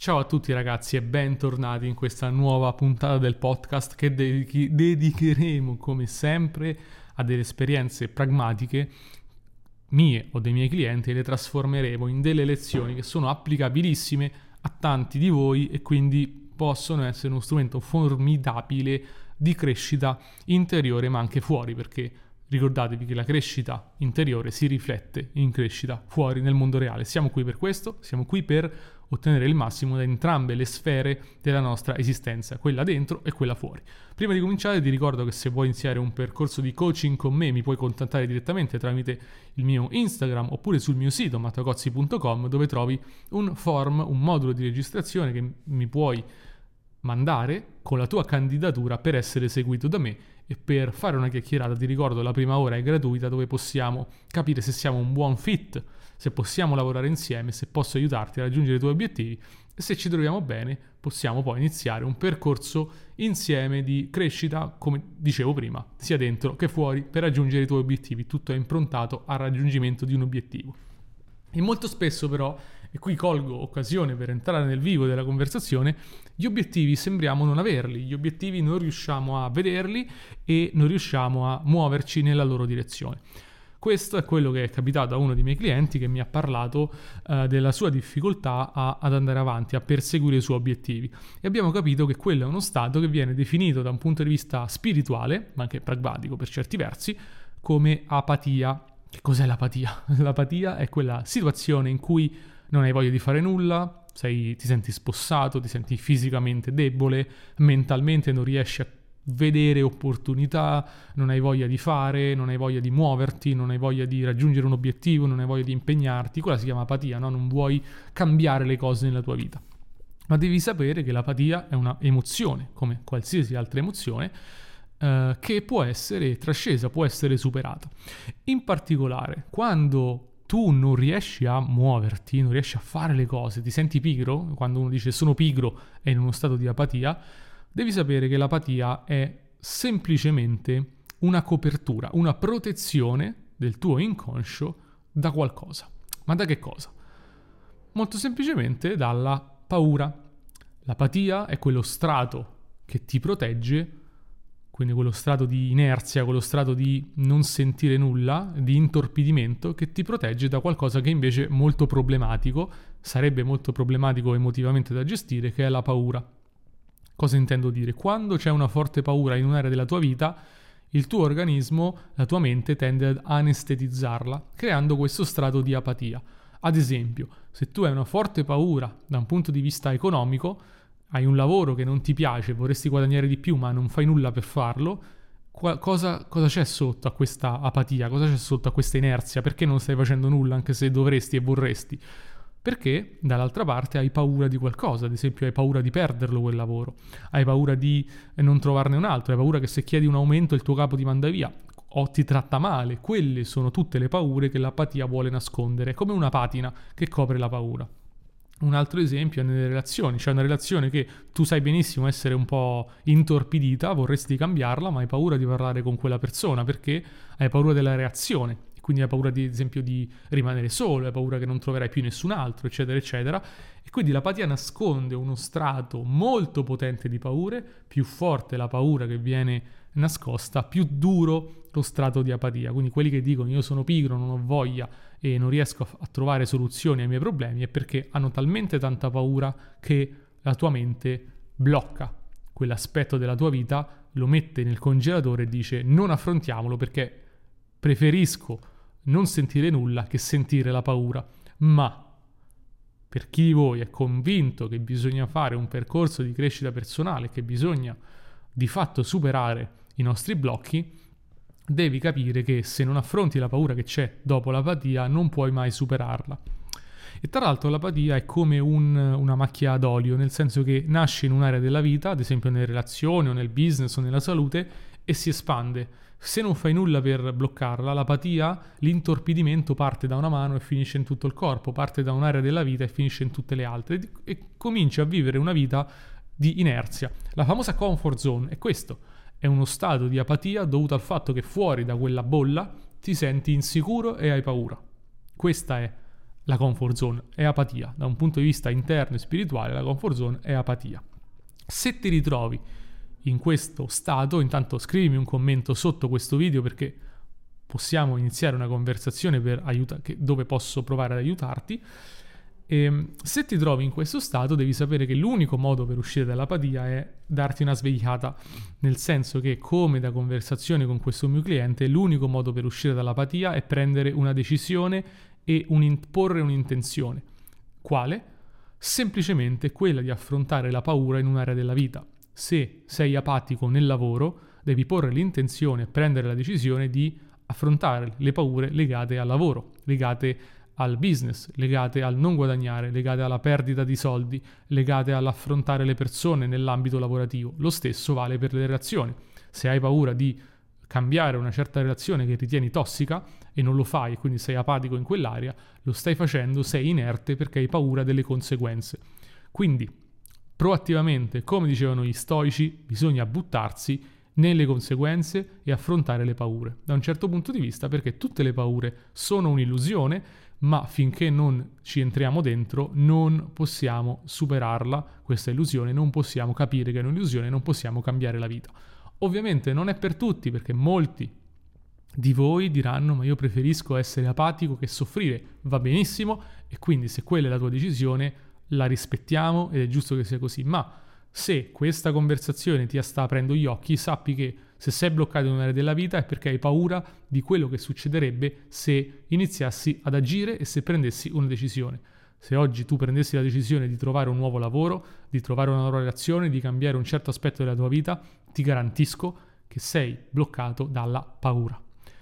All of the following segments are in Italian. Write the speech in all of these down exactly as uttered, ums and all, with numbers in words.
Ciao a tutti ragazzi e bentornati in questa nuova puntata del podcast che dedichi- dedicheremo come sempre a delle esperienze pragmatiche mie o dei miei clienti e le trasformeremo in delle lezioni che sono applicabilissime a tanti di voi e quindi possono essere uno strumento formidabile di crescita interiore ma anche fuori, perché ricordatevi che la crescita interiore si riflette in crescita fuori nel mondo reale. Siamo qui per questo, siamo qui per ottenere il massimo da entrambe le sfere della nostra esistenza, quella dentro e quella fuori. Prima di cominciare ti ricordo che se vuoi iniziare un percorso di coaching con me mi puoi contattare direttamente tramite il mio Instagram oppure sul mio sito mattacozzi punto com, dove trovi un form, un modulo di registrazione che mi puoi mandare con la tua candidatura per essere seguito da me e per fare una chiacchierata. Ti ricordo, la prima ora è gratuita, dove possiamo capire se siamo un buon fit, se possiamo lavorare insieme, se posso aiutarti a raggiungere i tuoi obiettivi e se ci troviamo bene possiamo poi iniziare un percorso insieme di crescita, come dicevo prima, sia dentro che fuori, per raggiungere i tuoi obiettivi. Tutto è improntato al raggiungimento di un obiettivo. E molto spesso però, e qui colgo occasione per entrare nel vivo della conversazione, gli obiettivi sembriamo non averli, gli obiettivi non riusciamo a vederli e non riusciamo a muoverci nella loro direzione. Questo è quello che è capitato a uno dei miei clienti, che mi ha parlato eh, della sua difficoltà a, ad andare avanti, a perseguire i suoi obiettivi. E abbiamo capito che quello è uno stato che viene definito da un punto di vista spirituale, ma anche pragmatico per certi versi, come apatia. Che cos'è l'apatia? L'apatia è quella situazione in cui non hai voglia di fare nulla, sei, ti senti spossato, ti senti fisicamente debole, mentalmente non riesci a vedere opportunità, non hai voglia di fare, non hai voglia di muoverti, non hai voglia di raggiungere un obiettivo, non hai voglia di impegnarti. Quella si chiama apatia, no? Non vuoi cambiare le cose nella tua vita. Ma devi sapere che l'apatia è una emozione, come qualsiasi altra emozione, eh, che può essere trascesa, può essere superata. In particolare, quando tu non riesci a muoverti, non riesci a fare le cose, ti senti pigro, quando uno dice sono pigro è in uno stato di apatia, devi sapere che l'apatia è semplicemente una copertura, una protezione del tuo inconscio da qualcosa. Ma da che cosa? Molto semplicemente dalla paura. L'apatia è quello strato che ti protegge, quindi quello strato di inerzia, quello strato di non sentire nulla, di intorpidimento, che ti protegge da qualcosa che invece è molto problematico, sarebbe molto problematico emotivamente da gestire, che è la paura. Cosa intendo dire? Quando c'è una forte paura in un'area della tua vita, il tuo organismo, la tua mente tende ad anestetizzarla, creando questo strato di apatia. Ad esempio, se tu hai una forte paura da un punto di vista economico, hai un lavoro che non ti piace, vorresti guadagnare di più ma non fai nulla per farlo, cosa, cosa c'è sotto a questa apatia? Cosa c'è sotto a questa inerzia? Perché non stai facendo nulla anche se dovresti e vorresti? Perché dall'altra parte hai paura di qualcosa, ad esempio hai paura di perderlo quel lavoro, hai paura di non trovarne un altro, hai paura che se chiedi un aumento il tuo capo ti manda via o ti tratta male. Quelle sono tutte le paure che l'apatia vuole nascondere, come una patina che copre la paura. Un altro esempio è nelle relazioni, c'è una relazione che tu sai benissimo essere un po' intorpidita, vorresti cambiarla, ma hai paura di parlare con quella persona perché hai paura della reazione. Quindi hai paura, di, ad esempio, di rimanere solo, hai paura che non troverai più nessun altro, eccetera, eccetera. E quindi l'apatia nasconde uno strato molto potente di paure, più forte la paura che viene nascosta, più duro lo strato di apatia. Quindi quelli che dicono io sono pigro, non ho voglia e non riesco a, a trovare soluzioni ai miei problemi è perché hanno talmente tanta paura che la tua mente blocca quell'aspetto della tua vita, lo mette nel congelatore e dice non affrontiamolo perché preferisco non sentire nulla che sentire la paura. Ma per chi di voi è convinto che bisogna fare un percorso di crescita personale, che bisogna di fatto superare i nostri blocchi, devi capire che se non affronti la paura che c'è dopo l'apatia non puoi mai superarla. E tra l'altro l'apatia è come un, una macchia d'olio, nel senso che nasce in un'area della vita, ad esempio nelle relazioni o nel business o nella salute, e si espande. Se non fai nulla per bloccarla, l'apatia, l'intorpidimento parte da una mano e finisce in tutto il corpo, parte da un'area della vita e finisce in tutte le altre e cominci a vivere una vita di inerzia. La famosa comfort zone è questo, è uno stato di apatia dovuto al fatto che fuori da quella bolla ti senti insicuro e hai paura. Questa è la comfort zone, è apatia. Da un punto di vista interno e spirituale la comfort zone è apatia. Se ti ritrovi in questo stato, intanto scrivimi un commento sotto questo video perché possiamo iniziare una conversazione per aiuta- che, dove posso provare ad aiutarti. E se ti trovi in questo stato devi sapere che l'unico modo per uscire dall'apatia è darti una svegliata, nel senso che, come da conversazione con questo mio cliente, l'unico modo per uscire dall'apatia è prendere una decisione e un, porre un'intenzione. Quale? Semplicemente quella di affrontare la paura in un'area della vita. Se sei apatico nel lavoro, devi porre l'intenzione e prendere la decisione di affrontare le paure legate al lavoro, legate al business, legate al non guadagnare, legate alla perdita di soldi, legate all'affrontare le persone nell'ambito lavorativo. Lo stesso vale per le relazioni. Se hai paura di cambiare una certa relazione che ritieni tossica e non lo fai, quindi sei apatico in quell'area, lo stai facendo, sei inerte perché hai paura delle conseguenze. Quindi, proattivamente, come dicevano gli stoici, bisogna buttarsi nelle conseguenze e affrontare le paure. Da un certo punto di vista, perché tutte le paure sono un'illusione, ma finché non ci entriamo dentro non possiamo superarla, questa illusione, non possiamo capire che è un'illusione, non possiamo cambiare la vita. Ovviamente non è per tutti, perché molti di voi diranno ma io preferisco essere apatico che soffrire. Va benissimo, e quindi se quella è la tua decisione la rispettiamo ed è giusto che sia così, ma se questa conversazione ti sta aprendo gli occhi, sappi che se sei bloccato in un'area della vita è perché hai paura di quello che succederebbe se iniziassi ad agire e se prendessi una decisione. Se oggi tu prendessi la decisione di trovare un nuovo lavoro, di trovare una nuova relazione, di cambiare un certo aspetto della tua vita, ti garantisco che sei bloccato dalla paura.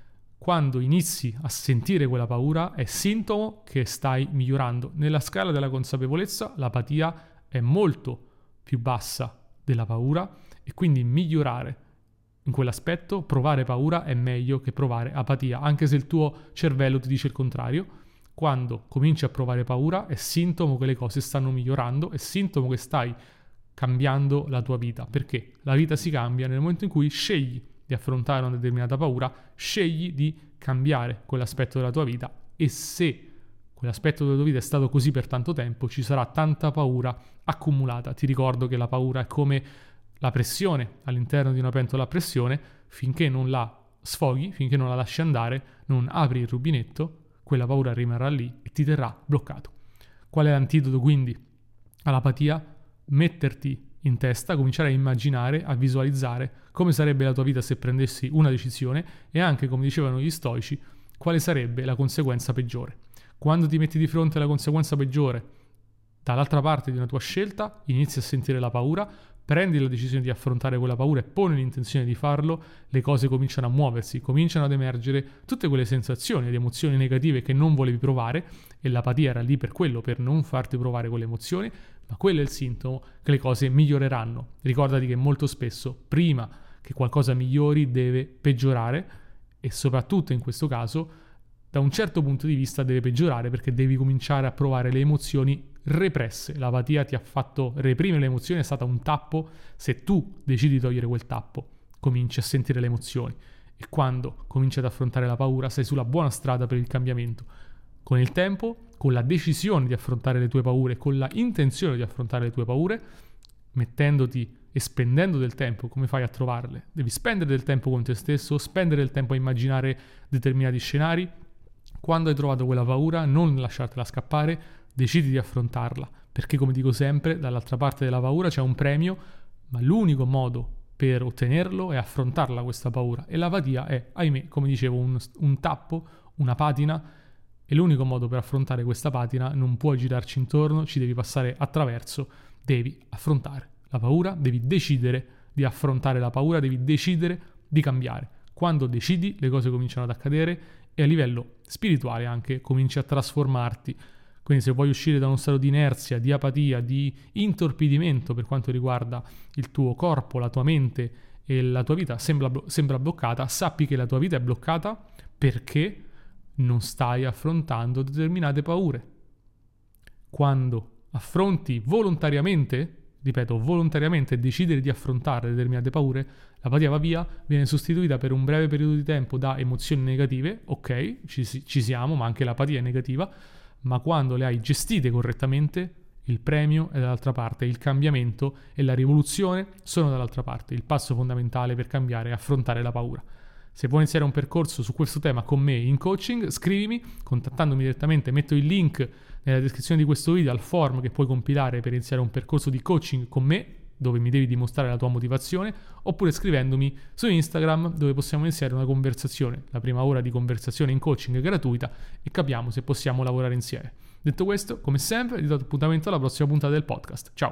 Quando inizi a sentire quella paura è sintomo che stai migliorando. Nella scala della consapevolezza l'apatia è molto più bassa della paura e quindi migliorare in quell'aspetto, provare paura è meglio che provare apatia, anche se il tuo cervello ti dice il contrario. Quando cominci a provare paura è sintomo che le cose stanno migliorando, è sintomo che stai cambiando la tua vita, perché la vita si cambia nel momento in cui scegli di affrontare una determinata paura, scegli di cambiare quell'aspetto della tua vita, e se quell'aspetto della tua vita è stato così per tanto tempo, ci sarà tanta paura accumulata. Ti ricordo che la paura è come la pressione all'interno di una pentola a pressione, finché non la sfoghi, finché non la lasci andare, non apri il rubinetto, quella paura rimarrà lì e ti terrà bloccato. Qual è l'antidoto quindi all'apatia? Metterti in testa, cominciare a immaginare, a visualizzare come sarebbe la tua vita se prendessi una decisione e anche, come dicevano gli stoici, quale sarebbe la conseguenza peggiore. Quando ti metti di fronte alla conseguenza peggiore dall'altra parte di una tua scelta, inizi a sentire la paura, prendi la decisione di affrontare quella paura e poni l'intenzione di farlo, le cose cominciano a muoversi, cominciano ad emergere tutte quelle sensazioni ed emozioni negative che non volevi provare, e l'apatia era lì per quello, per non farti provare quelle emozioni, ma quello è il sintomo che le cose miglioreranno. Ricordati che molto spesso, prima che qualcosa migliori, deve peggiorare, e soprattutto in questo caso, da un certo punto di vista deve peggiorare perché devi cominciare a provare le emozioni represse. L'apatia ti ha fatto reprimere le emozioni, è stata un tappo. Se tu decidi di togliere quel tappo, cominci a sentire le emozioni, e quando cominci ad affrontare la paura sei sulla buona strada per il cambiamento. Con il tempo, con la decisione di affrontare le tue paure, con la intenzione di affrontare le tue paure, mettendoti e spendendo del tempo, come fai a trovarle? Devi spendere del tempo con te stesso, spendere del tempo a immaginare determinati scenari. Quando hai trovato quella paura, non lasciartela scappare, decidi di affrontarla, perché, come dico sempre, dall'altra parte della paura c'è un premio, ma l'unico modo per ottenerlo è affrontarla questa paura, e l'apatia è, ahimè, come dicevo, un, un tappo, una patina, e l'unico modo per affrontare questa patina non puoi girarci intorno, ci devi passare attraverso, devi affrontare la paura, devi decidere di affrontare la paura, devi decidere di cambiare. Quando decidi, le cose cominciano ad accadere, e a livello spirituale anche cominci a trasformarti. Quindi se vuoi uscire da uno stato di inerzia, di apatia, di intorpidimento per quanto riguarda il tuo corpo, la tua mente e la tua vita sembra, sembra bloccata, sappi che la tua vita è bloccata perché non stai affrontando determinate paure. Quando affronti volontariamente, ripeto, volontariamente decidere di affrontare determinate paure, l'apatia va via, viene sostituita per un breve periodo di tempo da emozioni negative, ok, ci, ci siamo, ma anche l'apatia è negativa, ma quando le hai gestite correttamente, il premio è dall'altra parte, il cambiamento e la rivoluzione sono dall'altra parte, il passo fondamentale per cambiare e affrontare la paura. Se vuoi iniziare un percorso su questo tema con me in coaching, scrivimi, contattandomi direttamente, metto il link nella descrizione di questo video al form che puoi compilare per iniziare un percorso di coaching con me, dove mi devi dimostrare la tua motivazione, oppure scrivendomi su Instagram, dove possiamo iniziare una conversazione, la prima ora di conversazione in coaching gratuita, e capiamo se possiamo lavorare insieme. Detto questo, come sempre, ti do appuntamento alla prossima puntata del podcast. Ciao!